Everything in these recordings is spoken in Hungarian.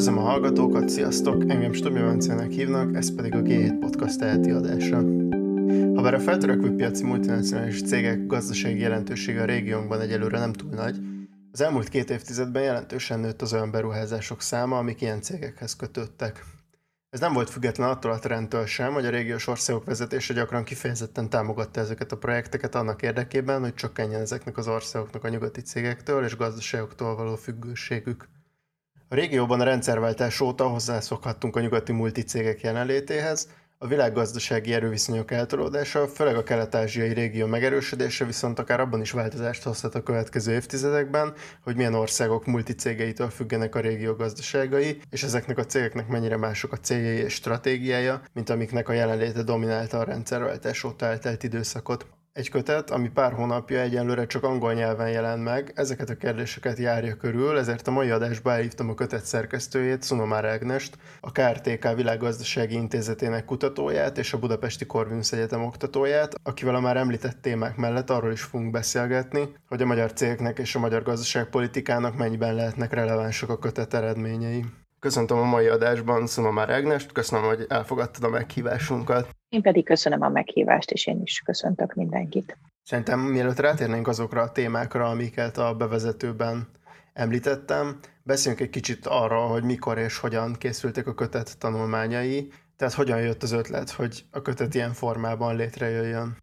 Üdvözlöm a hallgatókat, sziasztok! Engem Stomi Vencének hívnak, ez pedig a G7 Podcast teheti adása. Habár a feltörekvő piaci multinacionális cégek gazdasági jelentősége a régiónkban egyelőre nem túl nagy, az elmúlt 2 évtizedben jelentősen nőtt az olyan beruházások száma, amik ilyen cégekhez kötődtek. Ez nem volt független attól a trendtől sem, hogy a régiós országok vezetése gyakran kifejezetten támogatta ezeket a projekteket annak érdekében, hogy csökkenjen ezeknek az országoknak a nyugati cégektől és gazdaságoktól való függőségük. A régióban a rendszerváltás óta hozzászokhattunk a nyugati multicégek jelenlétéhez, a világgazdasági erőviszonyok eltolódása, főleg a kelet-ázsiai régió megerősödése viszont akár abban is változást hozhat a következő évtizedekben, hogy milyen országok multicégeitől függenek a régió gazdaságai, és ezeknek a cégeknek mennyire mások a céljai és stratégiája, mint amiknek a jelenléte dominálta a rendszerváltás óta eltelt időszakot. Egy kötet, ami pár hónapja egyenlőre csak angol nyelven jelent meg, ezeket a kérdéseket járja körül, ezért a mai adásba elhívtam a kötet szerkesztőjét, Szunomár Ágnest, a KRTK Világgazdasági Intézetének kutatóját és a Budapesti Corvinus Egyetem oktatóját, akivel a már említett témák mellett arról is fogunk beszélgetni, hogy a magyar cégeknek és a magyar gazdaságpolitikának mennyiben lehetnek relevánsak a kötet eredményei. Köszöntöm a mai adásban Szunomár Ágnest, köszönöm, hogy elfogadtad a meghívásunkat. Én pedig köszönöm a meghívást, és én is köszöntök mindenkit. Szerintem mielőtt rátérnénk azokra a témákra, amiket a bevezetőben említettem, beszéljünk egy kicsit arról, hogy mikor és hogyan készültek a kötet tanulmányai, tehát hogyan jött az ötlet, hogy a kötet ilyen formában létrejöjjön.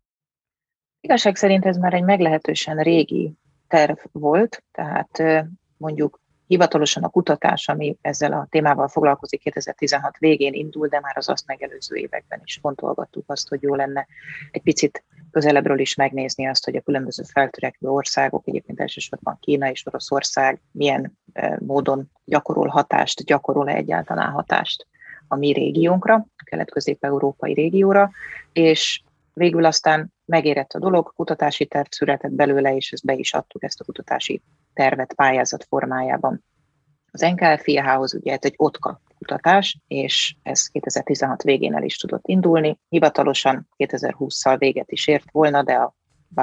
Igazság szerint ez már egy meglehetősen régi terv volt, tehát mondjuk hivatalosan a kutatás, ami ezzel a témával foglalkozik, 2016 végén indul, de már az azt megelőző években is fontolgattuk azt, hogy jó lenne egy picit közelebbről is megnézni azt, hogy a különböző feltörekvő országok, egyébként elsősorban Kína és Oroszország milyen módon gyakorol-e egyáltalán hatást a mi régiónkra, a kelet-közép-európai régióra, és végül aztán megérett a dolog, kutatási terv született belőle, és ezt be is adtuk, ezt a kutatási tervet pályázat formájában az NKFIH-hoz, ugye egy OTKA kutatás, és ez 2016 végén el is tudott indulni. Hivatalosan 2020-szal véget is ért volna, de a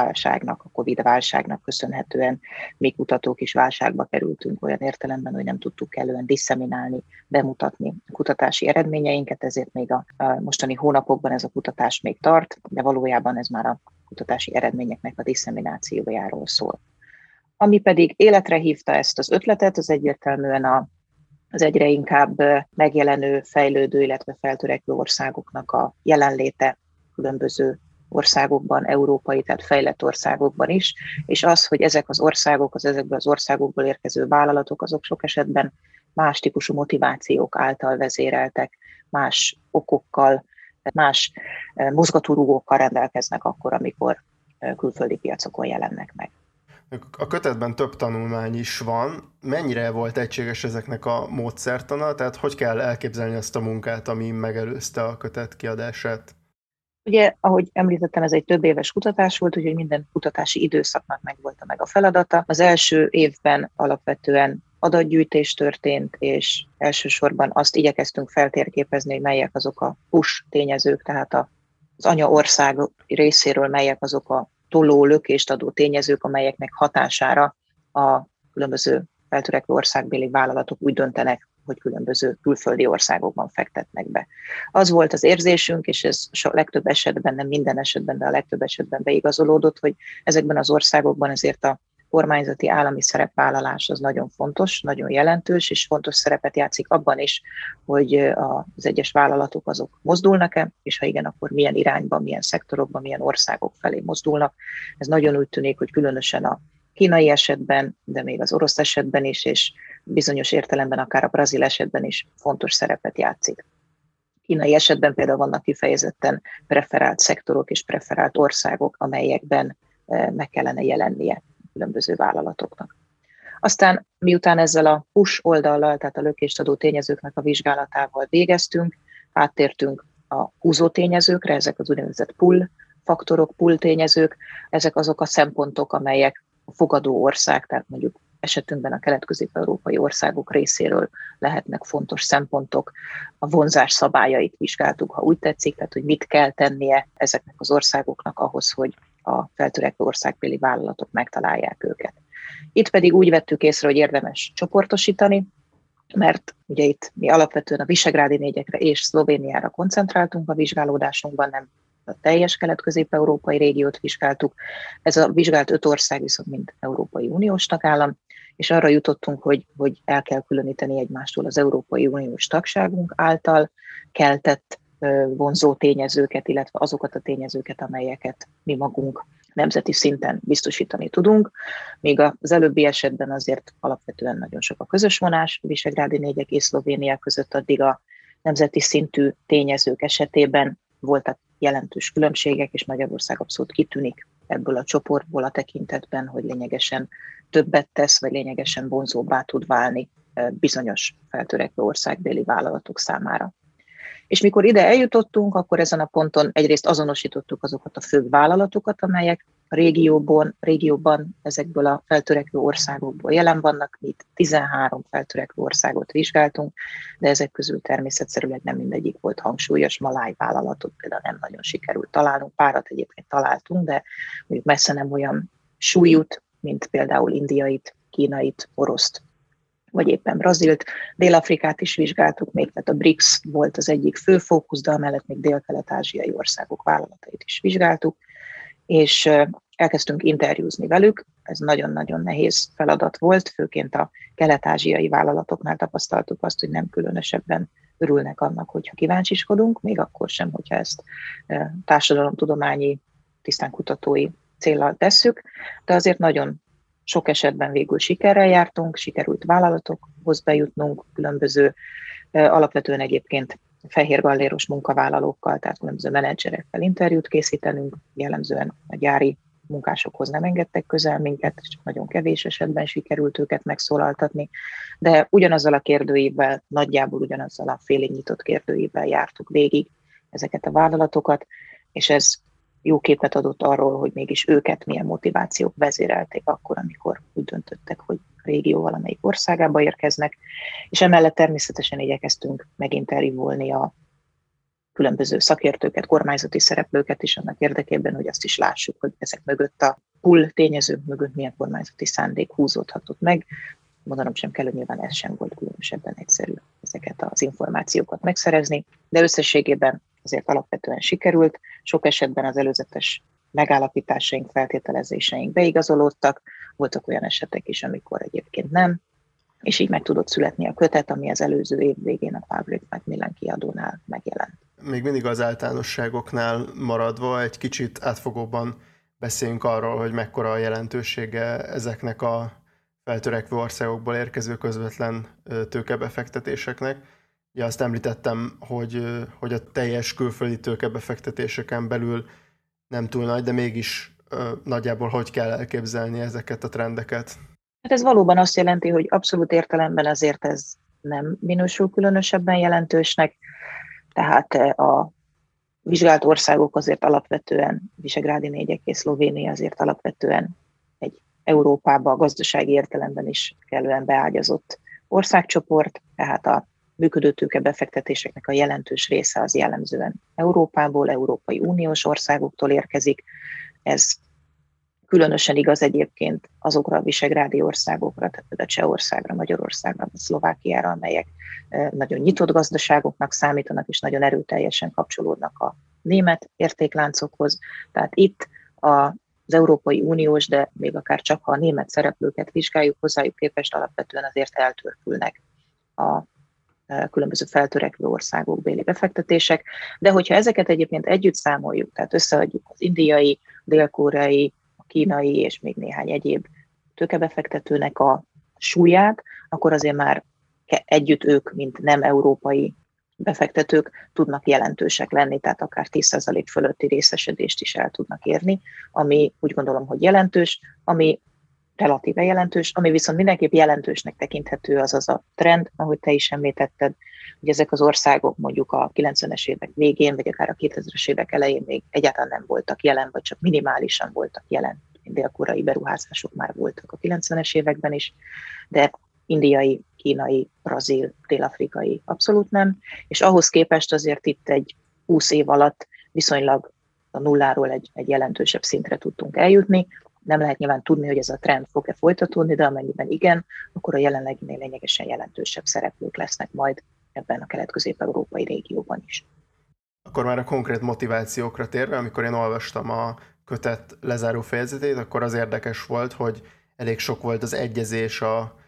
Covid válságnak köszönhetően mi kutatók is válságba kerültünk olyan értelemben, hogy nem tudtuk kellően disseminálni, bemutatni a kutatási eredményeinket, ezért még a mostani hónapokban ez a kutatás még tart, de valójában ez már a kutatási eredményeknek a disszeminációjáról szól. Ami pedig életre hívta ezt az ötletet, az egyértelműen az egyre inkább megjelenő, fejlődő, illetve feltörekvő országoknak a jelenléte különböző országokban, európai, tehát fejlett országokban is, és az, hogy ezek az országok, ezekből az országokból érkező vállalatok, azok sok esetben más típusú motivációk által vezéreltek, más okokkal, más mozgatórugókkal rendelkeznek akkor, amikor külföldi piacokon jelennek meg. A kötetben több tanulmány is van. Mennyire volt egységes ezeknek a módszertana? Tehát hogy kell elképzelni azt a munkát, ami megelőzte a kötet kiadását? Ugye, ahogy említettem, ez egy több éves kutatás volt, úgyhogy minden kutatási időszaknak megvolt meg a feladata. Az első évben alapvetően adatgyűjtés történt, és elsősorban azt igyekeztünk feltérképezni, hogy melyek azok a push tényezők, tehát az anyaország részéről melyek azok a toló, lökést adó tényezők, amelyeknek hatására a különböző feltörekvő országbéli vállalatok úgy döntenek, hogy különböző külföldi országokban fektetnek be. Az volt az érzésünk, és ez a legtöbb esetben, nem minden esetben, de a legtöbb esetben beigazolódott, hogy ezekben az országokban ezért a kormányzati állami szerepvállalás az nagyon fontos, nagyon jelentős, és fontos szerepet játszik abban is, hogy az egyes vállalatok azok mozdulnak-e, és ha igen, akkor milyen irányban, milyen szektorokban, milyen országok felé mozdulnak. Ez nagyon úgy tűnik, hogy különösen a kínai esetben, de még az orosz esetben is, és bizonyos értelemben akár a brazil esetben is fontos szerepet játszik. Kínai esetben például vannak kifejezetten preferált szektorok és preferált országok, amelyekben meg kellene jelennie különböző vállalatoknak. Aztán miután ezzel a push oldallal, tehát a lökést adó tényezőknek a vizsgálatával végeztünk, áttértünk a húzó tényezőkre, ezek az úgynevezett pull faktorok, pull tényezők, ezek azok a szempontok, amelyek a fogadó ország, tehát mondjuk esetünkben a kelet-közép-európai országok részéről lehetnek fontos szempontok. A vonzás szabályait vizsgáltuk, ha úgy tetszik, tehát hogy mit kell tennie ezeknek az országoknak ahhoz, hogy a feltörekvő országbéli vállalatok megtalálják őket. Itt pedig úgy vettük észre, hogy érdemes csoportosítani mert ugye itt mi alapvetően a visegrádi négyekre és Szlovéniára koncentráltunk a vizsgálódásunkban, nem a teljes kelet-közép-európai régiót vizsgáltuk. Ez a vizsgált 5 ország viszont mind Európai Uniós tagállam, és arra jutottunk, hogy el kell különíteni egymástól az Európai Uniós tagságunk által keltett vonzó tényezőket, illetve azokat a tényezőket, amelyeket mi magunk nemzeti szinten biztosítani tudunk, míg az előbbi esetben azért alapvetően nagyon sok a közös vonás a visegrádi négyek és Szlovénia között, addig a nemzeti szintű tényezők esetében voltak jelentős különbségek, és Magyarország abszolút kitűnik ebből a csoportból a tekintetben, hogy lényegesen többet tesz, vagy lényegesen vonzóbbá tud válni bizonyos feltörekvő országbéli vállalatok számára. És mikor ide eljutottunk, akkor ezen a ponton egyrészt azonosítottuk azokat a főbb vállalatokat, amelyek a régióban ezekből a feltörekvő országokból jelen vannak. Mi itt 13 feltörekvő országot vizsgáltunk, de ezek közül természetszerűleg nem mindegyik volt hangsúlyos. Maláj vállalatot például nem nagyon sikerült találnunk, párat egyébként találtunk, de mondjuk messze nem olyan súlyút, mint például indiait, kínait, oroszt, vagy éppen Brazilt. Dél-Afrikát is vizsgáltuk még, tehát a BRICS volt az egyik fő fókusz, de amellett még dél-kelet-ázsiai országok vállalatait is vizsgáltuk, és elkezdtünk interjúzni velük. Ez nagyon-nagyon nehéz feladat volt, főként a kelet-ázsiai vállalatoknál tapasztaltuk azt, hogy nem különösebben örülnek annak, hogyha kíváncsiskodunk, még akkor sem, hogyha ezt társadalomtudományi, tisztán kutatói céllal tesszük, de azért nagyon sok esetben végül sikerrel jártunk, sikerült vállalatokhoz bejutnunk, különböző alapvetően egyébként fehérgalléros munkavállalókkal, tehát különböző menedzserekkel interjút készítenünk, jellemzően a gyári munkásokhoz nem engedtek közel minket, csak nagyon kevés esetben sikerült őket megszólaltatni, de ugyanazzal a kérdőívvel, nagyjából ugyanazzal a félig nyitott kérdőívvel jártuk végig ezeket a vállalatokat, és ez jó képet adott arról, hogy mégis őket milyen motivációk vezérelték akkor, amikor úgy döntöttek, hogy a régió valamelyik országába érkeznek, és emellett természetesen igyekeztünk meginterjúvolni a különböző szakértőket, kormányzati szereplőket is annak érdekében, hogy azt is lássuk, hogy ezek mögött a pull tényezők mögött milyen kormányzati szándék húzódhatott meg. Mondanom sem kell, hogy nyilván ez sem volt különösebben egyszerű ezeket az információkat megszerezni, de összességében azért alapvetően sikerült. Sok esetben az előzetes megállapításaink, feltételezéseink beigazolódtak, voltak olyan esetek is, amikor egyébként nem, és így meg tudott születni a kötet, ami az előző év végén a Fabric Macmillan kiadónál megjelent. Még mindig az általánosságoknál maradva egy kicsit átfogóban beszéljünk arról, hogy mekkora a jelentősége ezeknek a feltörekvő országokból érkező közvetlen tőkebefektetéseknek. Ja, azt említettem, hogy a teljes külföldi tőkebefektetéseken belül nem túl nagy, de mégis nagyjából hogy kell elképzelni ezeket a trendeket? Hát ez valóban azt jelenti, hogy abszolút értelemben azért ez nem minősül különösebben jelentősnek, tehát a vizsgált országok azért alapvetően, visegrádi négyek és Szlovénia azért alapvetően egy Európába gazdasági értelemben is kellően beágyazott országcsoport, tehát a működő tőkebefektetéseknek a jelentős része az jellemzően Európából, Európai Uniós országoktól érkezik. Ez különösen igaz egyébként azokra a visegrádi országokra, tehát a Csehországra, Magyarországra, vagy Szlovákiára, amelyek nagyon nyitott gazdaságoknak számítanak, és nagyon erőteljesen kapcsolódnak a német értékláncokhoz. Tehát itt az Európai Uniós, de még akár csak ha a német szereplőket vizsgáljuk, hozzájuk képest alapvetően azért eltörpülnek a különböző feltörekvő országok béli befektetések, de hogyha ezeket egyébként együtt számoljuk, tehát összeadjuk az indiai, dél-koreai, a kínai és még néhány egyéb tőkebefektetőnek a súlyát, akkor azért már együtt ők, mint nem európai befektetők tudnak jelentősek lenni, tehát akár 10% fölötti részesedést is el tudnak érni, ami úgy gondolom, hogy jelentős, ami relatíve jelentős, ami viszont mindenképp jelentősnek tekinthető az a trend, ahogy te is említetted, hogy ezek az országok mondjuk a 90-es évek végén, vagy akár a 2000-es évek elején még egyáltalán nem voltak jelen, vagy csak minimálisan voltak jelen. Dél-koreai beruházások már voltak a 90-es években is, de indiai, kínai, brazil, dél-afrikai abszolút nem, és ahhoz képest azért itt egy 20 év alatt viszonylag a nulláról egy jelentősebb szintre tudtunk eljutni, Nem lehet nyilván tudni, hogy ez a trend fog-e folytatódni, de amennyiben igen, akkor a jelenleginél lényegesen jelentősebb szereplők lesznek majd ebben a kelet-közép-európai régióban is. Akkor már a konkrét motivációkra térve, amikor én olvastam a kötet lezáró fejezetét, akkor az érdekes volt, hogy elég sok volt az egyezés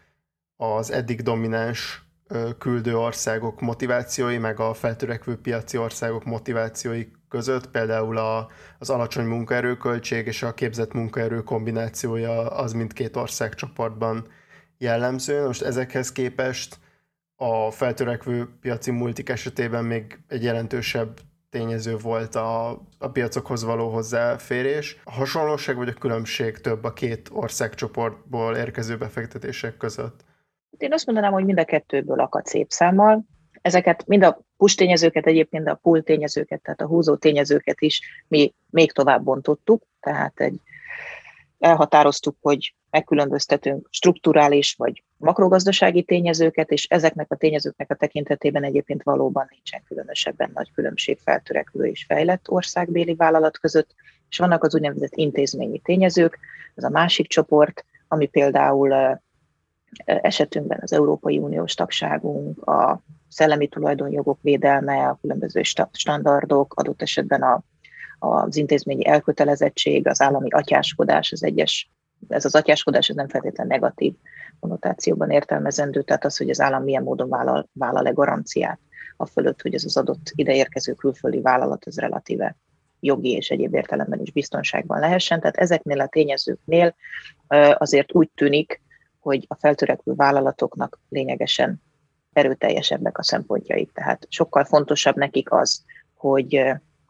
az eddig domináns küldő országok motivációi, meg a feltörekvő piaci országok motivációi között, például az alacsony munkaerőköltség és a képzett munkaerő kombinációja az mindkét országcsoportban jellemző. Most ezekhez képest a feltörekvő piaci multik esetében még egy jelentősebb tényező volt a piacokhoz való hozzáférés. A hasonlóság vagy a különbség több a két országcsoportból érkező befektetések között? Én azt mondanám, hogy mind a kettőből akad szép számmal. Ezeket mind a push tényezőket, egyébként a pull tényezőket, tehát a húzó tényezőket is mi még tovább bontottuk, tehát elhatároztuk, hogy megkülönböztetünk strukturális vagy makrogazdasági tényezőket, és ezeknek a tényezőknek a tekintetében egyébként valóban nincsen különösebben nagy különbség feltörekvő és fejlett országbéli vállalat között, és vannak az úgynevezett intézményi tényezők, ez a másik csoport, ami például esetünkben az Európai Uniós tagságunk, a szellemi tulajdonjogok védelme, a különböző standardok, adott esetben az intézményi elkötelezettség, az állami atyáskodás, ez az atyáskodás ez nem feltétlenül negatív konnotációban értelmezendő, tehát az, hogy az állam milyen módon vállal-e garanciát a fölött, hogy ez az adott ideérkező külföldi vállalat az relatíve jogi és egyéb értelemben is biztonságban lehessen. Tehát ezeknél a tényezőknél azért úgy tűnik, hogy a feltörekvő vállalatoknak lényegesen erőteljesebbek a szempontjaik. Tehát sokkal fontosabb nekik az, hogy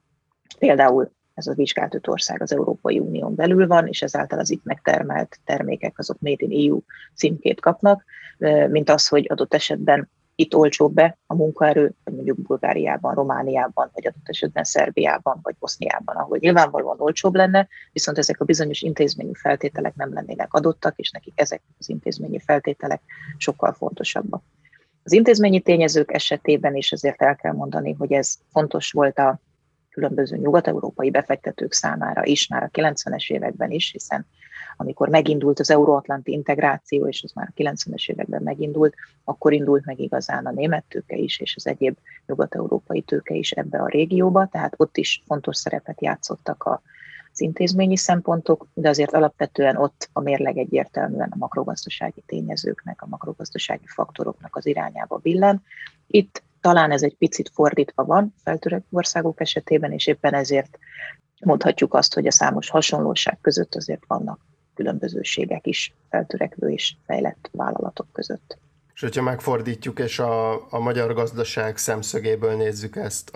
például ez a vizsgált 5 ország az Európai Unión belül van, és ezáltal az itt megtermelt termékek azok Made in EU címkét kapnak, mint az, hogy adott esetben itt olcsóbb be a munkaerő, vagy mondjuk Bulgáriában, Romániában, vagy adott esetben Szerbiában, vagy Boszniában, ahol nyilvánvalóan olcsóbb lenne, viszont ezek a bizonyos intézményi feltételek nem lennének adottak, és nekik ezek az intézményi feltételek sokkal fontosabbak. Az intézményi tényezők esetében is azért el kell mondani, hogy ez fontos volt a különböző nyugat-európai befektetők számára is, már a 90-es években is, hiszen amikor megindult az euróatlanti integráció, és az már a 90-es években megindult, akkor indult meg igazán a német tőke is, és az egyéb nyugat-európai tőke is ebbe a régióba, tehát ott is fontos szerepet játszottak az intézményi szempontok, de azért alapvetően ott a mérleg egyértelműen a makrogazdasági tényezőknek, a makrogazdasági faktoroknak az irányába billen. Itt talán ez egy picit fordítva van feltörekvő országok esetében, és éppen ezért mondhatjuk azt, hogy a számos hasonlóság között azért vannak különbözőségek is feltörekvő és fejlett vállalatok között. És hogyha megfordítjuk, és a magyar gazdaság szemszögéből nézzük ezt,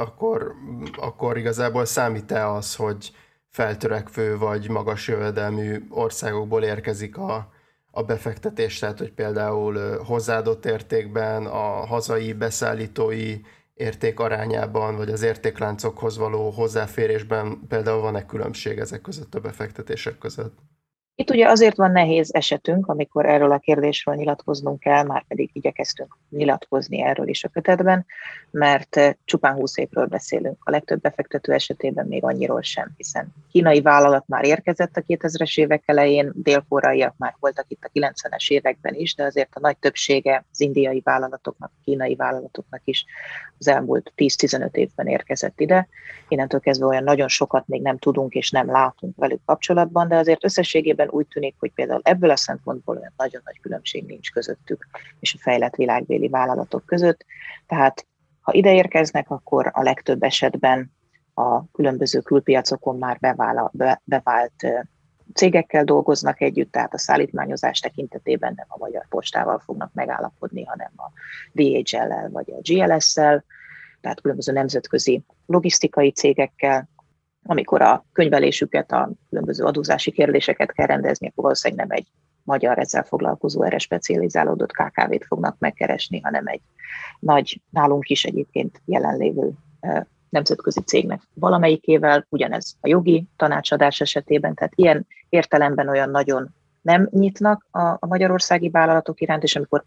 akkor igazából számít-e az, hogy feltörekvő vagy magas jövedelmű országokból érkezik a befektetés, tehát hogy például hozzáadott értékben, a hazai beszállítói érték arányában, vagy az értékláncokhoz való hozzáférésben például van-e különbség ezek között a befektetések között? Itt ugye azért van nehéz esetünk, amikor erről a kérdésről nyilatkoznunk kell, már pedig igyekeztünk nyilatkozni erről is a kötetben, mert csupán 20 évről beszélünk. A legtöbb befektető esetében még annyiról sem, hiszen kínai vállalat már érkezett a 2000-es évek elején, dél-koreaiak már voltak itt a 90-es években is, de azért a nagy többsége az indiai vállalatoknak, a kínai vállalatoknak is az elmúlt 10-15 évben érkezett ide. Innentől kezdve olyan nagyon sokat még nem tudunk és nem látunk velük kapcsolatban, de azért összességében úgy tűnik, hogy például ebből a szempontból olyan nagyon nagy különbség nincs közöttük és a fejlett világbéli vállalatok között. Tehát ha ide érkeznek, akkor a legtöbb esetben a különböző külpiacokon már bevált cégekkel dolgoznak együtt, tehát a szállítmányozás tekintetében nem a Magyar Postával fognak megállapodni, hanem a DHL-lel vagy a GLS-szel, tehát különböző nemzetközi logisztikai cégekkel. Amikor a könyvelésüket, a különböző adózási kérdéseket kell rendezni, akkor valószínűleg nem egy magyar ezzel foglalkozó, erre specializálódott KKV-t fognak megkeresni, hanem egy nagy, nálunk is egyébként jelenlévő nemzetközi cégnek valamelyikével, ugyanez a jogi tanácsadás esetében, tehát ilyen értelemben olyan nagyon nem nyitnak a magyarországi vállalatok iránt, és amikor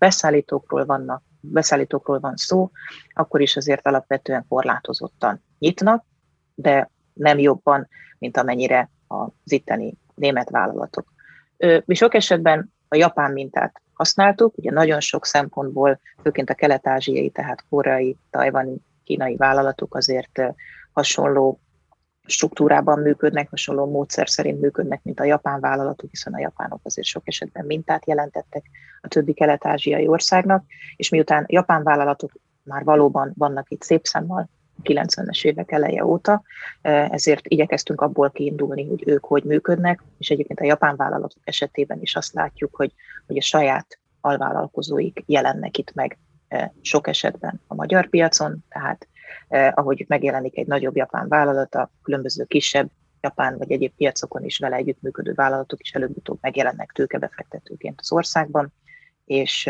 beszállítókról van szó, akkor is azért alapvetően korlátozottan nyitnak, de nem jobban, mint amennyire az itteni német vállalatok Mi sok esetben a japán mintát használtuk, ugye nagyon sok szempontból, főként a kelet-ázsiai, tehát koreai, tajvani, kínai vállalatok azért hasonló struktúrában működnek, hasonló módszer szerint működnek, mint a japán vállalatok, hiszen a japánok azért sok esetben mintát jelentettek a többi kelet-ázsiai országnak, és miután japán vállalatok már valóban vannak itt szép számmal, 90-es évek eleje óta, ezért igyekeztünk abból kiindulni, hogy ők hogy működnek, és egyébként a japán vállalatok esetében is azt látjuk, hogy a saját alvállalkozóik jelennek itt meg sok esetben a magyar piacon, tehát ahogy megjelenik egy nagyobb japán vállalat, a különböző kisebb japán vagy egyéb piacokon is vele együttműködő vállalatok is előbb-utóbb megjelennek tőkebefektetőként az országban, és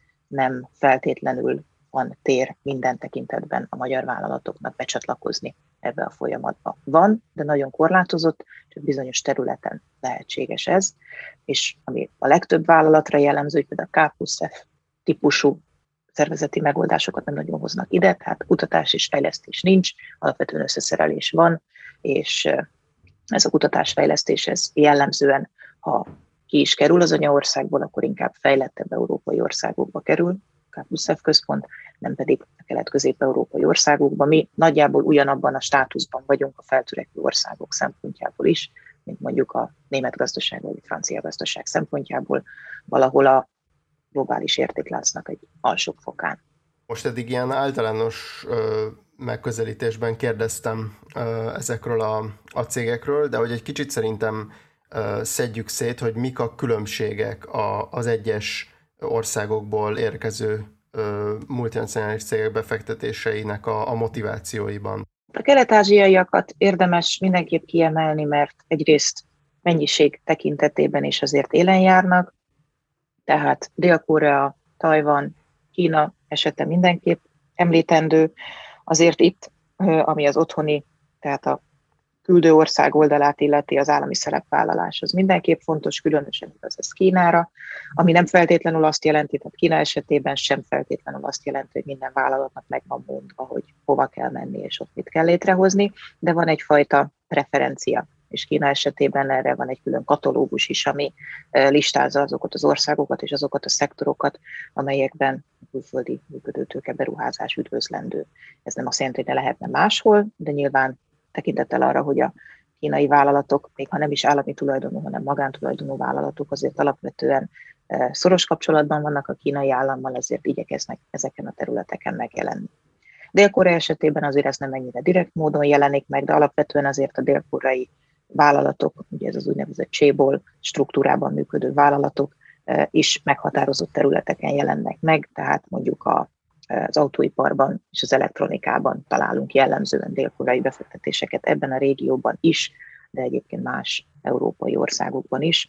nem feltétlenül van tér minden tekintetben a magyar vállalatoknak becsatlakozni ebbe a folyamatba. Van, de nagyon korlátozott, csak bizonyos területen lehetséges ez, és ami a legtöbb vállalatra jellemző, hogy például a K+F típusú szervezeti megoldásokat nem nagyon hoznak ide, tehát kutatás és fejlesztés nincs, alapvetően összeszerelés van, és ez a kutatásfejlesztés ez jellemzően, ha ki is kerül az anyaországból, akkor inkább fejlettebb európai országokba kerül, K+F központ, nem pedig a kelet-közép-európai országokban. Mi nagyjából ugyanabban a státuszban vagyunk a feltörekvő országok szempontjából is, mint mondjuk a német gazdaság vagy a francia gazdaság szempontjából, valahol a globális értékláncnak egy alsóbb fokán. Most eddig ilyen általános megközelítésben kérdeztem ezekről a cégekről, de hogy egy kicsit szerintem szedjük szét, hogy mik a különbségek az egyes országokból érkező multinacionális cégek befektetéseinek a motivációiban. A kelet-ázsiaiakat érdemes mindenképp kiemelni, mert egyrészt mennyiség tekintetében is azért élen járnak, tehát Dél-Korea, Tajvan, Kína esete mindenképp említendő. Azért itt, ami az otthoni, tehát a küldő ország oldalát illeti, az állami szerepvállalás, az mindenképp fontos, különösen igaz ez Kínára, ami nem feltétlenül azt jelenti, tehát Kína esetében sem feltétlenül azt jelenti, hogy minden vállalatnak meg van mondva, hogy hova kell menni és ott mit kell létrehozni, de van egyfajta preferencia, és Kína esetében erre van egy külön katalógus is, ami listázza azokat az országokat és azokat a szektorokat, amelyekben a külföldi működőtőke beruházás üdvözlendő. Ez nem azt jelenti, hogy ne lehetne máshol, de nyilván tekintettel arra, hogy a kínai vállalatok, még ha nem is állami tulajdonú, hanem magántulajdonú vállalatok, azért alapvetően szoros kapcsolatban vannak a kínai állammal, ezért igyekeznek ezeken a területeken megjelenni. Dél-Korea esetében azért ez nem ennyire direkt módon jelenik meg, de alapvetően azért a dél-koreai vállalatok, ugye ez az úgynevezett chaebol struktúrában működő vállalatok is meghatározott területeken jelennek meg, tehát mondjuk az autóiparban és az elektronikában találunk jellemzően dél-koreai befektetéseket ebben a régióban is, de egyébként más európai országokban is,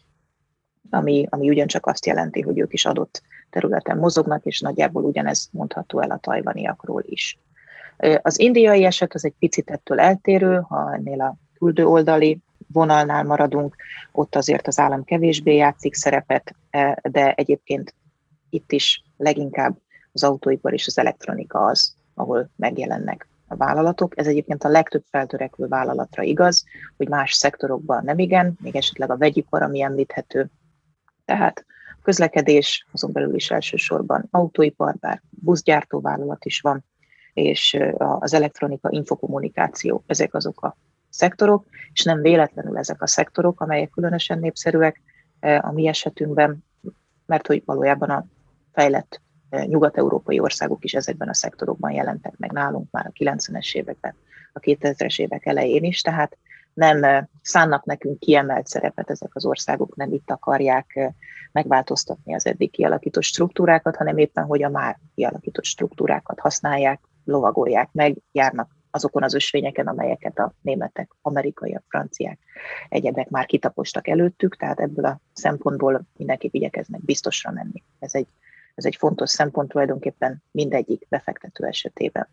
ami ugyancsak azt jelenti, hogy ők is adott területen mozognak, és nagyjából ugyanez mondható el a tajvaniakról is. Az indiai eset az egy picit ettől eltérő, ha ennél a küldő oldali vonalnál maradunk, ott azért az állam kevésbé játszik szerepet, de egyébként itt is leginkább az autóipar és az elektronika az, ahol megjelennek a vállalatok. Ez egyébként a legtöbb feltörekvő vállalatra igaz, hogy más szektorokban nem igen, még esetleg a vegyipar, ami említhető. Tehát közlekedés, azon belül is elsősorban autóipar, bár buszgyártó vállalat is van, és az elektronika, infokommunikáció, ezek azok a szektorok, és nem véletlenül ezek a szektorok, amelyek különösen népszerűek a mi esetünkben, mert hogy valójában a fejlett nyugat-európai országok is ezekben a szektorokban jelentek meg nálunk már a 90-es években, a 2000-es évek elején is, tehát nem szánnak nekünk kiemelt szerepet ezek az országok, nem itt akarják megváltoztatni az eddig kialakított struktúrákat, hanem éppen, hogy a már kialakított struktúrákat használják, lovagolják meg, járnak azokon az ösvényeken, amelyeket a németek, amerikaiak, franciák, egyebek már kitapostak előttük, tehát ebből a szempontból mindenképp igyekeznek biztosra menni. Ez egy fontos szempont tulajdonképpen mindegyik befektető esetében.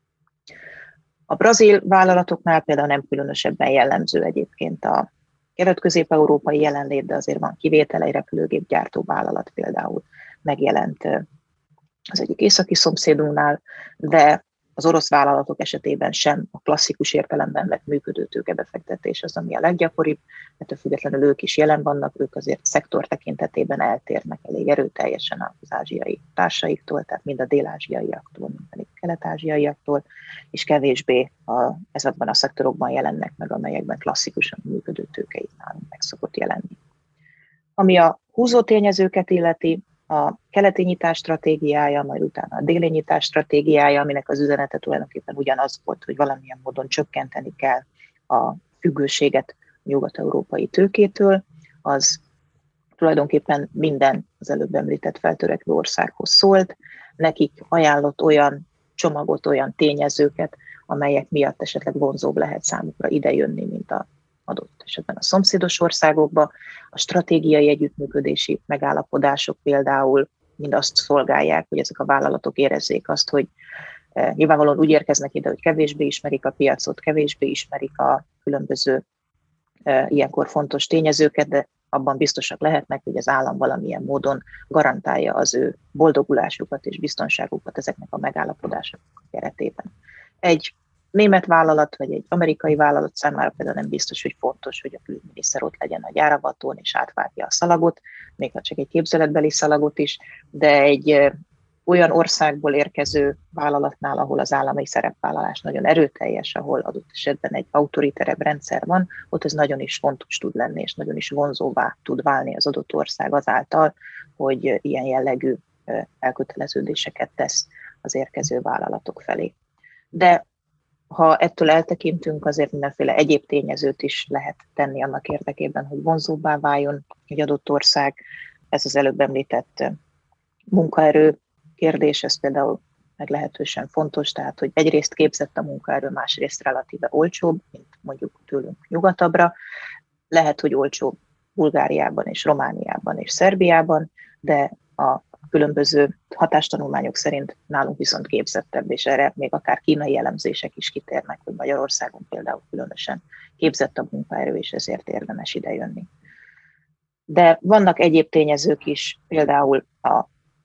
A brazil vállalatoknál például nem különösebben jellemző egyébként a kelet-közép-európai jelenlét, de azért van kivétel, egy repülőgépgyártó vállalat például megjelent az egyik északi szomszédunknál, de az orosz vállalatok esetében sem a klasszikus értelemben vett működő tőkebefektetés az, ami a leggyakoribb, ettől függetlenül ők is jelen vannak, ők azért szektor tekintetében eltérnek elég erőteljesen az ázsiai társaiktól, tehát mind a dél-ázsiaiaktól, mind pedig kelet-ázsiaiaktól, és kevésbé ezekben a szektorokban jelennek meg, amelyekben klasszikusan működő tőkei nálunk meg szokott jelenni. Ami a húzó tényezőket illeti, a keleti nyitás stratégiája, majd utána a déli nyitás stratégiája, aminek az üzenete tulajdonképpen ugyanaz volt, hogy valamilyen módon csökkenteni kell a függőséget nyugat-európai tőkétől, az tulajdonképpen minden az előbb említett feltörekvő országhoz szólt, nekik ajánlott olyan csomagot, olyan tényezőket, amelyek miatt esetleg vonzóbb lehet számukra idejönni, mint a adott esetben a szomszédos országokba. A stratégiai együttműködési megállapodások például mind azt szolgálják, hogy ezek a vállalatok érezzék azt, hogy nyilvánvalóan úgy érkeznek ide, hogy kevésbé ismerik a piacot, kevésbé ismerik a különböző ilyenkor fontos tényezőket, de abban biztosak lehetnek, hogy az állam valamilyen módon garantálja az ő boldogulásukat és biztonságukat ezeknek a megállapodások keretében. Egy német vállalat, vagy egy amerikai vállalat számára például nem biztos, hogy fontos, hogy a külügyminiszter ott legyen a gyáravatón, és átváltja a szalagot, még ha csak egy képzeletbeli szalagot is, de egy olyan országból érkező vállalatnál, ahol az állami szerepvállalás nagyon erőteljes, ahol adott esetben egy autoriterebb rendszer van, ott ez nagyon is fontos tud lenni, és nagyon is vonzóvá tud válni az adott ország azáltal, hogy ilyen jellegű elköteleződéseket tesz az érkező vállalatok felé. De ha ettől eltekintünk, azért mindenféle egyéb tényezőt is lehet tenni annak érdekében, hogy vonzóbbá váljon egy adott ország. Ez az előbb említett munkaerő kérdés, ez például meglehetősen fontos, tehát hogy egyrészt képzett a munkaerő, másrészt relatíve olcsóbb, mint mondjuk tőlünk nyugatabbra. Lehet, hogy olcsóbb Bulgáriában és Romániában és Szerbiában, de a különböző hatástanulmányok szerint nálunk viszont képzettebb, és erre még akár kínai elemzések is kitérnek, hogy Magyarországon például különösen képzett a munkaerő, és ezért érdemes idejönni. De vannak egyéb tényezők is, például a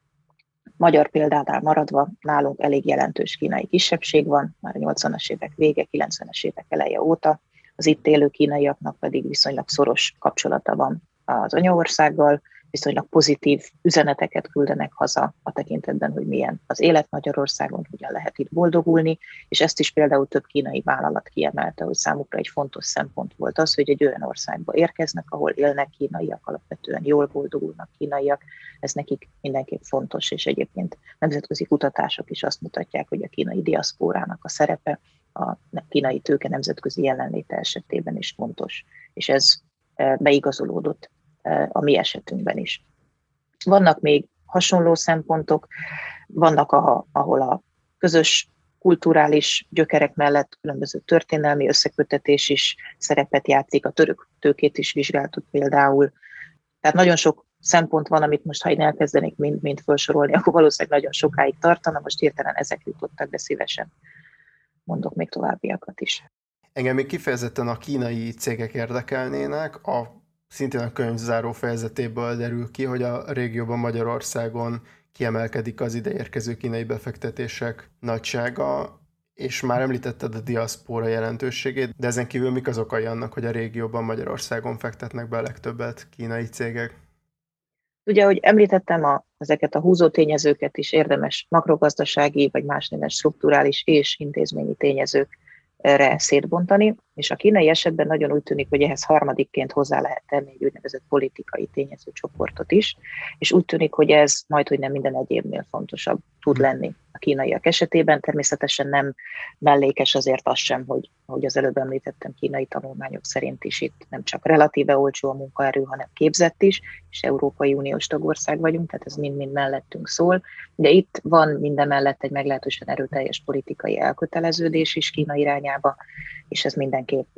magyar példánál maradva nálunk elég jelentős kínai kisebbség van, már a 80-as évek vége, 90-es évek eleje óta, az itt élő kínaiaknak pedig viszonylag szoros kapcsolata van az anyaországgal, viszonylag pozitív üzeneteket küldenek haza a tekintetben, hogy milyen az élet Magyarországon, hogyan lehet itt boldogulni, és ezt is például több kínai vállalat kiemelte, hogy számukra egy fontos szempont volt az, hogy egy olyan országba érkeznek, ahol élnek kínaiak, alapvetően jól boldogulnak kínaiak, ez nekik mindenképp fontos, és egyébként nemzetközi kutatások is azt mutatják, hogy a kínai diaszpórának a szerepe a kínai tőke nemzetközi jelenléte esetében is fontos, és ez beigazolódott a mi esetünkben is. Vannak még hasonló szempontok, vannak, ahol a közös kulturális gyökerek mellett különböző történelmi összeköttetés is szerepet játszik, a török tőkét is vizsgáltuk például. Tehát nagyon sok szempont van, amit most, ha én elkezdenék mind felsorolni, akkor valószínűleg nagyon sokáig tartana, most hirtelen ezek jutottak, de szívesen mondok még továbbiakat is. Engem még kifejezetten a kínai cégek érdekelnének, szintén a könyvzáró fejezetéből derül ki, hogy a régióban Magyarországon kiemelkedik az ideérkező kínai befektetések nagysága, és már említetted a diaszpóra jelentőségét, de ezen kívül mik az okai annak, hogy a régióban Magyarországon fektetnek be a legtöbbet kínai cégek? Ugye, ahogy említettem, ezeket a húzó tényezőket is érdemes makrogazdasági, vagy más néven strukturális és intézményi tényezőkre szétbontani, és a kínai esetben nagyon úgy tűnik, hogy ehhez harmadikként hozzá lehet tenni egy úgynevezett politikai tényezőcsoportot is, és úgy tűnik, hogy ez majdhogy nem minden egyébnél fontosabb tud lenni a kínaiak esetében. Természetesen nem mellékes azért az sem, hogy az előbb említettem kínai tanulmányok szerint is itt nem csak relatíve olcsó a munkaerő, hanem képzett is, és Európai Uniós tagország vagyunk, tehát ez mind-mind mellettünk szól. De itt van mindemellett egy meglehetősen erőteljes politikai elköteleződés is Kína irányába, és ez mindenképp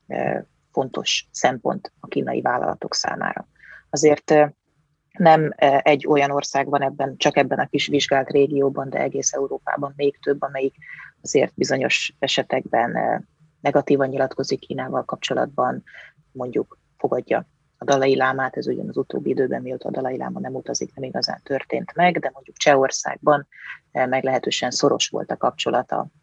fontos szempont a kínai vállalatok számára. Azért nem egy olyan ország van csak ebben a kis vizsgált régióban, de egész Európában még több, amelyik azért bizonyos esetekben negatívan nyilatkozik Kínával kapcsolatban, mondjuk fogadja a Dalai Lámát, ez ugyan az utóbbi időben, mióta a Dalai Láma nem utazik, nem igazán történt meg, de mondjuk Csehországban meglehetősen szoros volt a kapcsolata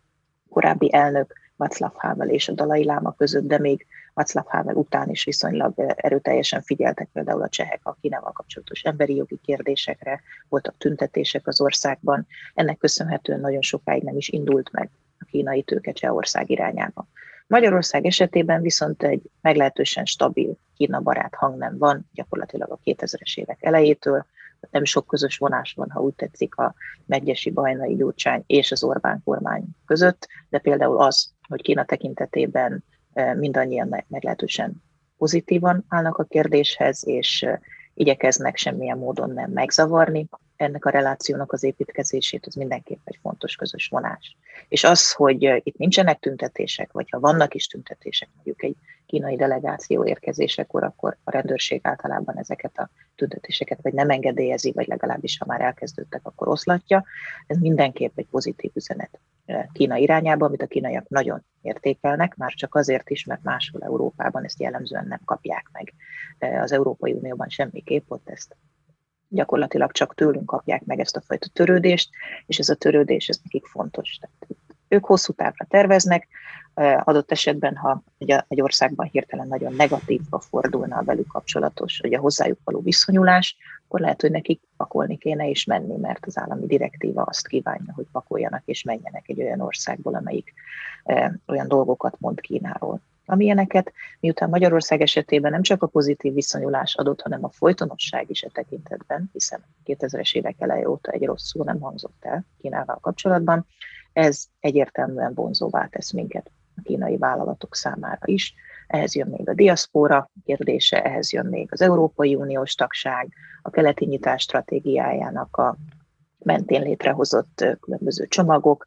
korábbi elnök Václav Havel és a Dalai Láma között, de még Václav Havel után is viszonylag erőteljesen figyeltek például a csehek a Kínával kapcsolatos emberi jogi kérdésekre, voltak tüntetések az országban. Ennek köszönhetően nagyon sokáig nem is indult meg a kínai tőke Csehország irányába. Magyarország esetében viszont egy meglehetősen stabil Kína-barát hangnem van, gyakorlatilag a 2000-es évek elejétől. Nem sok közös vonás van, ha úgy tetszik, a Medgyessy, Bajnai, Gyurcsány és az Orbán kormány között, de például az, hogy Kína tekintetében mindannyian meglehetősen pozitívan állnak a kérdéshez, és igyekeznek semmilyen módon nem megzavarni ennek a relációnak az építkezését, az mindenképp egy fontos közös vonás. És az, hogy itt nincsenek tüntetések, vagy ha vannak is tüntetések, mondjuk egy kínai delegáció érkezésekor, akkor a rendőrség általában ezeket a tüntetéseket vagy nem engedélyezi, vagy legalábbis, ha már elkezdődtek, akkor oszlatja. Ez mindenképp egy pozitív üzenet Kína irányába, amit a kínaiak nagyon értékelnek, már csak azért is, mert máshol Európában ezt jellemzően nem kapják meg. Az Európai Unióban semmiképp, ott ezt gyakorlatilag csak tőlünk kapják meg ezt a fajta törődést, és ez a törődés, ez nekik fontos. Tehát ők hosszú távra terveznek, adott esetben, ha egy országban hirtelen nagyon negatívba fordulna a velük kapcsolatos, vagy a hozzájuk való viszonyulás, akkor lehet, hogy nekik pakolni kéne és menni, mert az állami direktíva azt kívánja, hogy pakoljanak és menjenek egy olyan országból, amelyik olyan dolgokat mond Kínáról, amilyeneket, miután Magyarország esetében nem csak a pozitív viszonyulás adott, hanem a folytonosság is a tekintetben, hiszen 2000-es évek eleje óta egy rossz szó nem hangzott el Kínával kapcsolatban, ez egyértelműen vonzóvá tesz minket a kínai vállalatok számára is. Ehhez jön még a diaszpóra kérdése, ehhez jön még az Európai Uniós tagság, a keleti nyitás stratégiájának a mentén létrehozott különböző csomagok.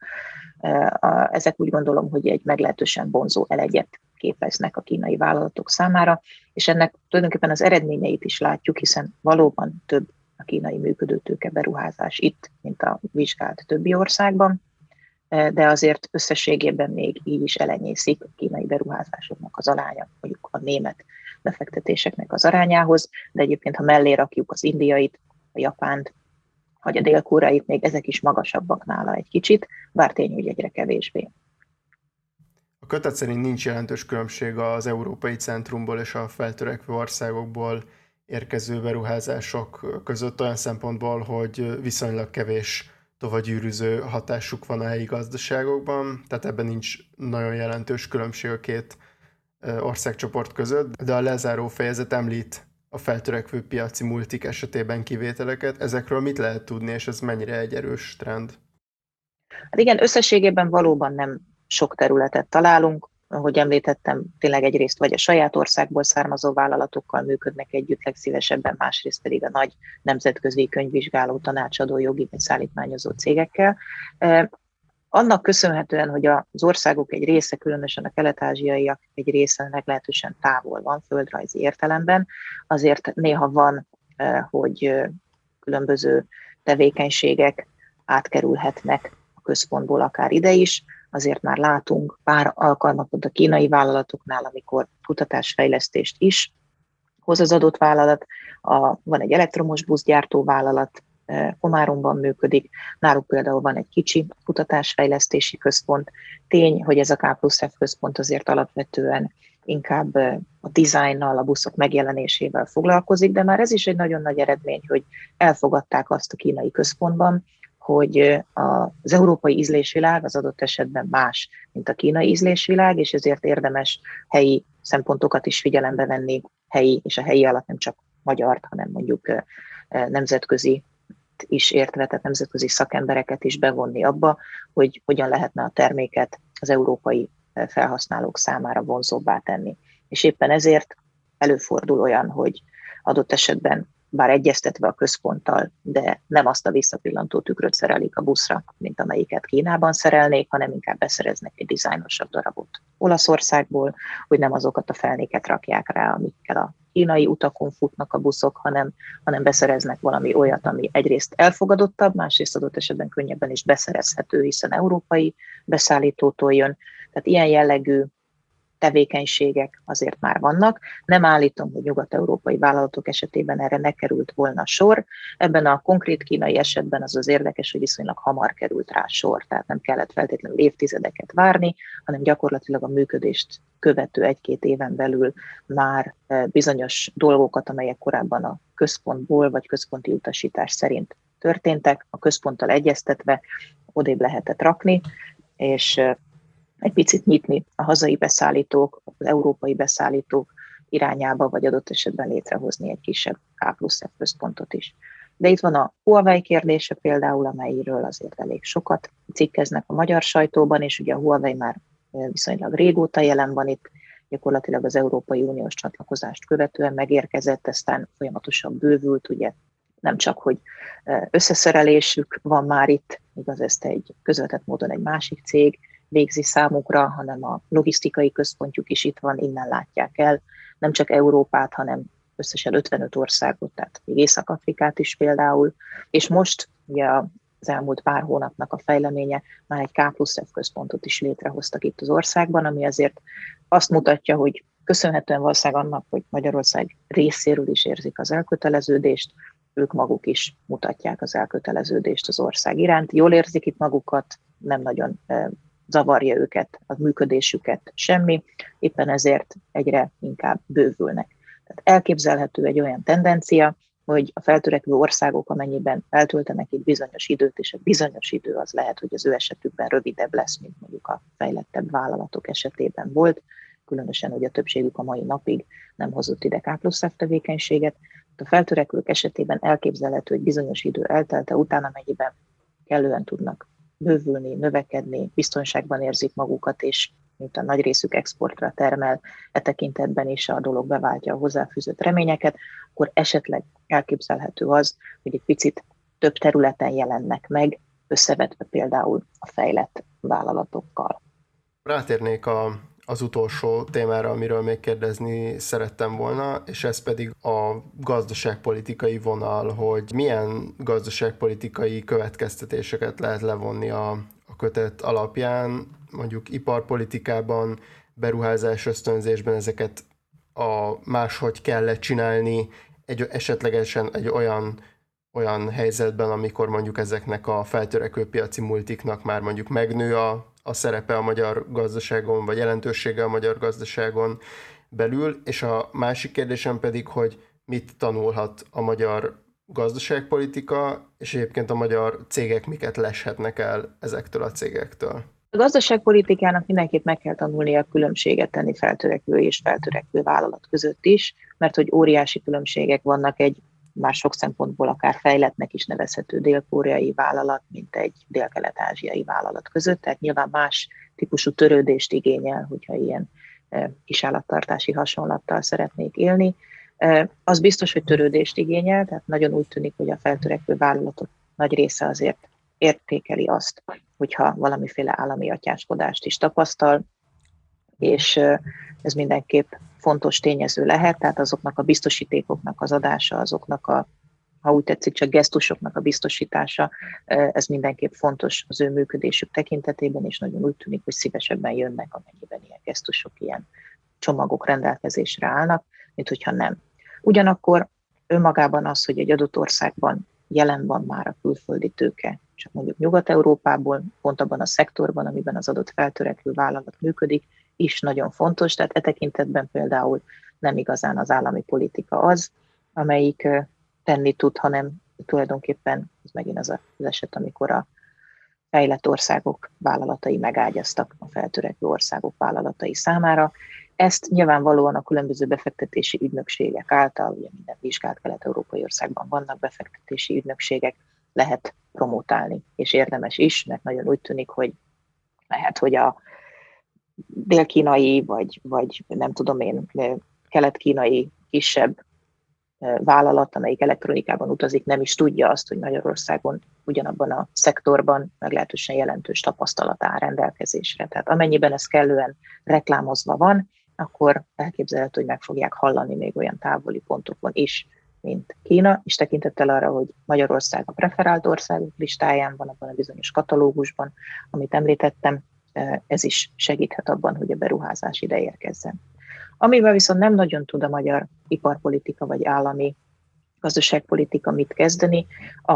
Ezek úgy gondolom, hogy egy meglehetősen vonzó elegyet képeznek a kínai vállalatok számára, és ennek tulajdonképpen az eredményeit is látjuk, hiszen valóban több a kínai működőtőke beruházás itt, mint a vizsgált többi országban, de azért összességében még így is elenyészik a kínai beruházásoknak az aránya, mondjuk a német befektetéseknek az arányához, de egyébként, ha mellé rakjuk az indiait, a japánt, vagy a dél-koreait, még ezek is magasabbak nála egy kicsit, bár tény, hogy egyre kevésbé. A kötet szerint nincs jelentős különbség az európai centrumból és a feltörekvő országokból érkező beruházások között olyan szempontból, hogy viszonylag kevés tovagyűrűző hatásuk van a helyi gazdaságokban, tehát ebben nincs nagyon jelentős különbség a két országcsoport között, de a lezáró fejezet említ a feltörekvő piaci multik esetében kivételeket. Ezekről mit lehet tudni, és ez mennyire egy erős trend? Hát igen, összességében valóban nem sok területet találunk. Ahogy említettem, tényleg egyrészt vagy a saját országból származó vállalatokkal működnek együtt, legszívesebben, másrészt pedig a nagy nemzetközi könyvvizsgáló, tanácsadó, jogi vagy szállítmányozó cégekkel. Annak köszönhetően, hogy az országok egy része, különösen a kelet-ázsiaiak egy része meglehetősen távol van földrajzi értelemben, azért néha van, hogy különböző tevékenységek átkerülhetnek a központból akár ide is. Azért már látunk pár alkalmat a kínai vállalatoknál, amikor kutatásfejlesztést is hoz az adott vállalat. Van egy elektromos buszgyártó vállalat, Komáromban működik, náluk például van egy kicsi kutatásfejlesztési központ. Tény, hogy ez a K+F központ azért alapvetően inkább a dizájnnal, a buszok megjelenésével foglalkozik, de már ez is egy nagyon nagy eredmény, hogy elfogadták azt a kínai központban, hogy az európai ízlésvilág az adott esetben más, mint a kínai ízlésvilág, és ezért érdemes helyi szempontokat is figyelembe venni, helyi, és a helyi alatt nem csak magyart, hanem mondjuk nemzetközi is értve, tehát nemzetközi szakembereket is bevonni abba, hogy hogyan lehetne a terméket az európai felhasználók számára vonzóbbá tenni. És éppen ezért előfordul olyan, hogy adott esetben bár egyeztetve a központtal, de nem azt a visszapillantó tükröt szerelik a buszra, mint amelyiket Kínában szerelnék, hanem inkább beszereznek egy dizájnosabb darabot Olaszországból, hogy nem azokat a felnéket rakják rá, amikkel a kínai utakon futnak a buszok, hanem beszereznek valami olyat, ami egyrészt elfogadottabb, másrészt adott esetben könnyebben is beszerezhető, hiszen európai beszállítótól jön. Tehát ilyen jellegű tevékenységek azért már vannak. Nem állítom, hogy nyugat-európai vállalatok esetében erre ne került volna sor. Ebben a konkrét kínai esetben az érdekes, hogy viszonylag hamar került rá sor, tehát nem kellett feltétlenül évtizedeket várni, hanem gyakorlatilag a működést követő 1-2 éven belül már bizonyos dolgokat, amelyek korábban a központból vagy központi utasítás szerint történtek, a központtal egyeztetve odébb lehetett rakni, és egy picit nyitni a hazai beszállítók, az európai beszállítók irányába, vagy adott esetben létrehozni egy kisebb K+F központot is. De itt van a Huawei kérdése például, amelyről azért elég sokat cikkeznek a magyar sajtóban, és ugye a Huawei már viszonylag régóta jelen van itt, gyakorlatilag az Európai Uniós csatlakozást követően megérkezett, aztán folyamatosan bővült, ugye nem csak, hogy összeszerelésük van már itt, igaz, ezt egy közvetett módon egy másik cég végzi számukra, hanem a logisztikai központjuk is itt van, innen látják el, nem csak Európát, hanem összesen 55 országot, tehát még Észak-Afrikát is például, és most ugye az elmúlt pár hónapnak a fejleménye, már egy K+F központot is létrehoztak itt az országban, ami azért azt mutatja, hogy köszönhetően valószínűleg annak, hogy Magyarország részéről is érzik az elköteleződést, ők maguk is mutatják az elköteleződést az ország iránt. Jól érzik itt magukat, nem nagyon zavarja őket, a működésüket semmi, éppen ezért egyre inkább bővülnek. Tehát elképzelhető egy olyan tendencia, hogy a feltörekvő országok, amennyiben eltöltenek itt bizonyos időt, és a bizonyos idő az lehet, hogy az ő esetükben rövidebb lesz, mint mondjuk a fejlettebb vállalatok esetében volt, különösen, hogy a többségük a mai napig nem hozott ide K+F tevékenységet. A feltörekvők esetében elképzelhető, hogy bizonyos idő eltelte után, amennyiben kellően tudnak bővülni, növekedni, biztonságban érzik magukat, és mint a nagy részük exportra termel, e tekintetben is a dolog beváltja a hozzáfűzött reményeket, akkor esetleg elképzelhető az, hogy egy picit több területen jelennek meg, összevetve például a fejlett vállalatokkal. Rátérnék az utolsó témára, amiről még kérdezni szerettem volna, és ez pedig a gazdaságpolitikai vonal, hogy milyen gazdaságpolitikai következtetéseket lehet levonni a kötet alapján, mondjuk iparpolitikában, beruházás ösztönzésben ezeket máshogy kellett csinálni, esetlegesen egy olyan helyzetben, amikor mondjuk ezeknek a feltörekvő piaci multiknak már mondjuk megnő a szerepe a magyar gazdaságon, vagy jelentősége a magyar gazdaságon belül, és a másik kérdésem pedig, hogy mit tanulhat a magyar gazdaságpolitika, és egyébként a magyar cégek miket leshetnek el ezektől a cégektől. A gazdaságpolitikának mindenképp meg kell tanulnia a különbséget tenni feltörekvő és feltörekvő vállalat között is, mert hogy óriási különbségek vannak egy már sok szempontból akár fejlettnek is nevezhető dél-koreai vállalat, mint egy dél-kelet-ázsiai vállalat között, tehát nyilván más típusú törődést igényel, hogyha ilyen kisállattartási hasonlattal szeretnék élni. Az biztos, hogy törődést igényel, tehát nagyon úgy tűnik, hogy a feltörekvő vállalatok nagy része azért értékeli azt, hogyha valamiféle állami atyáskodást is tapasztal, és ez mindenképp fontos tényező lehet, tehát azoknak a biztosítékoknak az adása, azoknak a, ha úgy tetszik, csak gesztusoknak a biztosítása, ez mindenképp fontos az ő működésük tekintetében, és nagyon úgy tűnik, hogy szívesebben jönnek, amennyiben ilyen gesztusok, ilyen csomagok rendelkezésre állnak, mint hogyha nem. Ugyanakkor önmagában az, hogy egy adott országban jelen van már a külföldi tőke, csak mondjuk Nyugat-Európából, pont abban a szektorban, amiben az adott feltörekvő vállalat működik, is nagyon fontos, tehát e tekintetben például nem igazán az állami politika az, amelyik tenni tud, hanem tulajdonképpen ez megint az eset, amikor a fejlett országok vállalatai megágyaztak a feltörekvő országok vállalatai számára. Ezt nyilvánvalóan a különböző befektetési ügynökségek által, ugye minden vizsgált kelet-európai országban vannak befektetési ügynökségek, lehet promotálni, és érdemes is, mert nagyon úgy tűnik, hogy lehet, hogy a dél-kínai, vagy nem tudom én, kelet-kínai kisebb vállalat, amelyik elektronikában utazik, nem is tudja azt, hogy Magyarországon ugyanabban a szektorban meglehetősen jelentős tapasztalat áll rendelkezésre. Tehát amennyiben ez kellően reklámozva van, akkor elképzelhető, hogy meg fogják hallani még olyan távoli pontokon is, mint Kína, és tekintettel arra, hogy Magyarország a preferált országok listáján van, abban a bizonyos katalógusban, amit említettem, ez is segíthet abban, hogy a beruházás ide érkezzen. Amivel viszont nem nagyon tud a magyar iparpolitika vagy állami gazdaságpolitika mit kezdeni,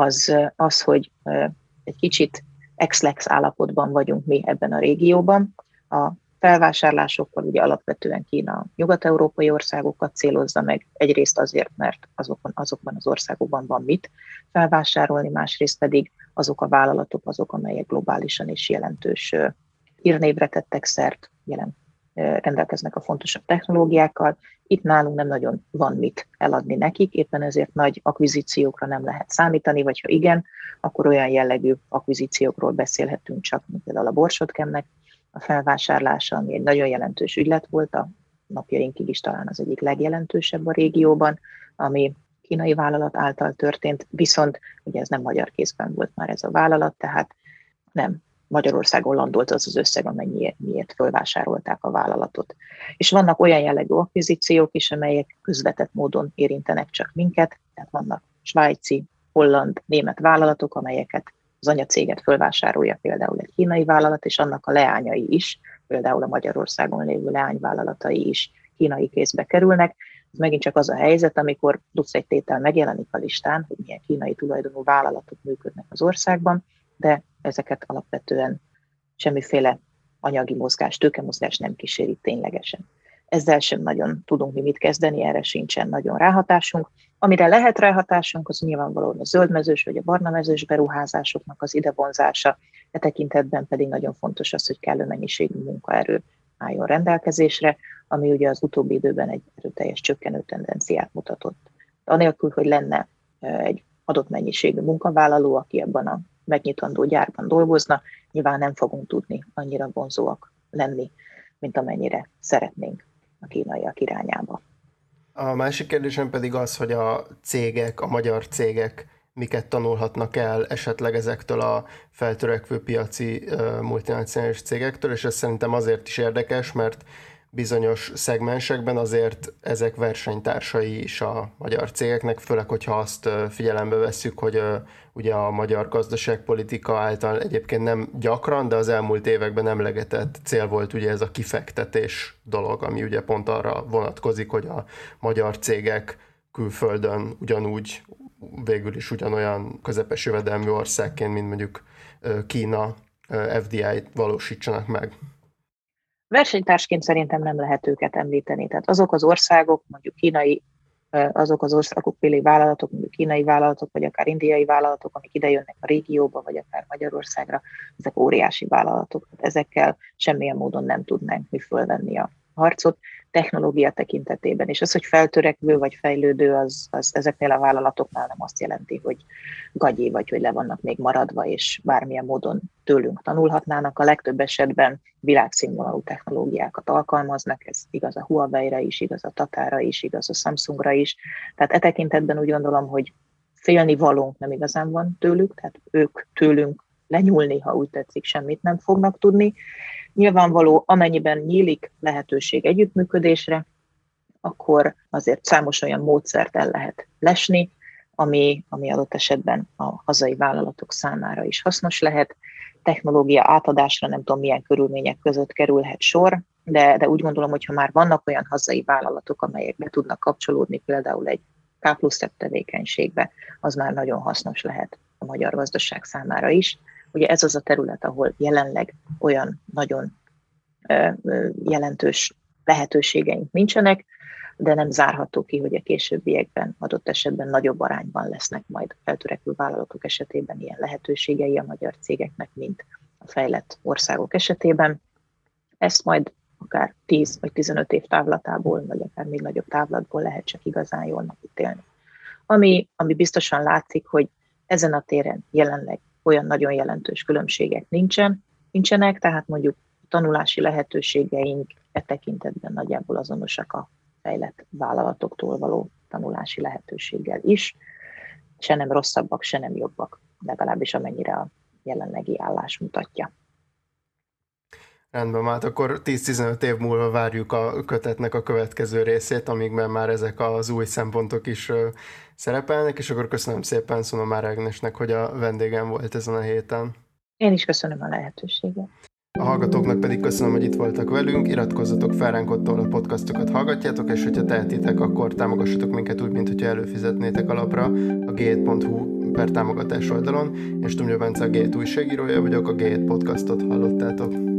az, hogy egy kicsit ex-lex állapotban vagyunk mi ebben a régióban. A felvásárlásokkal ugye alapvetően Kína nyugat-európai országokat célozza meg, egyrészt azért, mert azokban az országokban van mit felvásárolni, másrészt pedig azok a vállalatok, amelyek globálisan is jelentős hírnévre tettek szert, rendelkeznek a fontosabb technológiákkal. Itt nálunk nem nagyon van mit eladni nekik, éppen ezért nagy akvizíciókra nem lehet számítani, vagy ha igen, akkor olyan jellegű akvizíciókról beszélhetünk csak, mint például a Borsod-Chemnek a felvásárlása, ami egy nagyon jelentős ügylet volt, a napjainkig is talán az egyik legjelentősebb a régióban, ami kínai vállalat által történt, viszont ugye ez nem magyar kézben volt már ez a vállalat, tehát nem Magyarországon landolt az összeg, amennyiért fölvásárolták a vállalatot. És vannak olyan jellegű akvizíciók is, amelyek közvetett módon érintenek csak minket, tehát vannak svájci, holland, német vállalatok, amelyeket az anyacéget fölvásárolja például egy kínai vállalat, és annak a leányai is, például a Magyarországon lévő leányvállalatai is kínai kézbe kerülnek. Ez megint csak az a helyzet, amikor plusz egy tétel megjelenik a listán, hogy milyen kínai tulajdonú vállalatok működnek az országban, de ezeket alapvetően semmiféle anyagi mozgás, tőkemozgás nem kíséri ténylegesen. Ezzel sem nagyon tudunk mi mit kezdeni, erre sincsen nagyon ráhatásunk. Amire lehet ráhatásunk, az nyilvánvalóan a zöldmezős vagy a barnamezős beruházásoknak az idevonzása, e tekintetben pedig nagyon fontos az, hogy kellő mennyiségű munkaerő álljon rendelkezésre, ami ugye az utóbbi időben egy erőteljes csökkenő tendenciát mutatott. Anélkül, hogy lenne egy adott mennyiségű munkavállaló, aki ebben a megnyitandó gyárban dolgozna, nyilván nem fogunk tudni annyira vonzóak lenni, mint amennyire szeretnénk a kínaiak irányába. A másik kérdésem pedig az, hogy a cégek, a magyar cégek miket tanulhatnak el esetleg ezektől a feltörekvő piaci multinacionális cégektől, és ez szerintem azért is érdekes, mert bizonyos szegmensekben azért ezek versenytársai is a magyar cégeknek, főleg, hogyha azt figyelembe vesszük, hogy ugye a magyar gazdaságpolitika által egyébként nem gyakran, de az elmúlt években emlegetett cél volt ugye ez a kifektetés dolog, ami ugye pont arra vonatkozik, hogy a magyar cégek külföldön ugyanúgy, végül is ugyanolyan közepes jövedelmű országként, mint mondjuk Kína, FDI-t valósítsanak meg. Versenytársként szerintem nem lehet őket említeni. Tehát azok az országok, mondjuk azok az országokbeli vállalatok, mondjuk kínai vállalatok, vagy akár indiai vállalatok, amik idejönnek a régióba, vagy akár Magyarországra, ezek óriási vállalatok. Tehát ezekkel semmilyen módon nem tudnánk mi fölvenni a harcot technológia tekintetében. És az, hogy feltörekvő vagy fejlődő, az ezeknél a vállalatoknál nem azt jelenti, hogy gagyi, vagy hogy le vannak még maradva, és bármilyen módon tőlünk tanulhatnának. A legtöbb esetben világszínvonalú technológiákat alkalmaznak, ez igaz a Huawei-re is, igaz a Tatára is, igaz a Samsungra is. Tehát e tekintetben úgy gondolom, hogy félni valónk nem igazán van tőlük, tehát ők tőlünk lenyúlni, ha úgy tetszik, semmit nem fognak tudni. Nyilvánvaló, amennyiben nyílik lehetőség együttműködésre, akkor azért számos olyan módszert el lehet lesni, ami adott esetben a hazai vállalatok számára is hasznos lehet. Technológia átadásra nem tudom milyen körülmények között kerülhet sor, de úgy gondolom, hogy ha már vannak olyan hazai vállalatok, amelyek be tudnak kapcsolódni például egy K+E tevékenységbe, az már nagyon hasznos lehet a magyar gazdaság számára is. Ugye ez az a terület, ahol jelenleg olyan nagyon jelentős lehetőségeink nincsenek, de nem zárható ki, hogy a későbbiekben adott esetben nagyobb arányban lesznek majd feltörekvő vállalatok esetében ilyen lehetőségei a magyar cégeknek, mint a fejlett országok esetében. Ezt majd akár 10 vagy 15 év távlatából, vagy akár még nagyobb távlatból lehet csak igazán jól megítélni. Ami biztosan látszik, hogy ezen a téren jelenleg olyan nagyon jelentős különbségek nincsenek, tehát mondjuk tanulási lehetőségeink e tekintetben nagyjából azonosak a fejlett vállalatoktól való tanulási lehetőséggel is. Se nem rosszabbak, se nem jobbak, legalábbis amennyire a jelenlegi állás mutatja. Rendben, hát akkor 10-15 év múlva várjuk a kötetnek a következő részét, amígben már ezek az új szempontok is szerepelnek, és akkor köszönöm szépen Szunomár Ágnesnek, hogy a vendégem volt ezen a héten. Én is köszönöm a lehetőséget. A hallgatóknak pedig köszönöm, hogy itt voltak velünk, iratkozzatok fel ránk ott, ahol a podcastokat hallgatjátok, és hogyha tehetitek, akkor támogassatok minket úgy, mint hogyha előfizetnétek alapra a g7.hu/támogatás oldalon. És Tumja Bence, a G7 újságírója vagyok, a G7 podcastot hallottátok.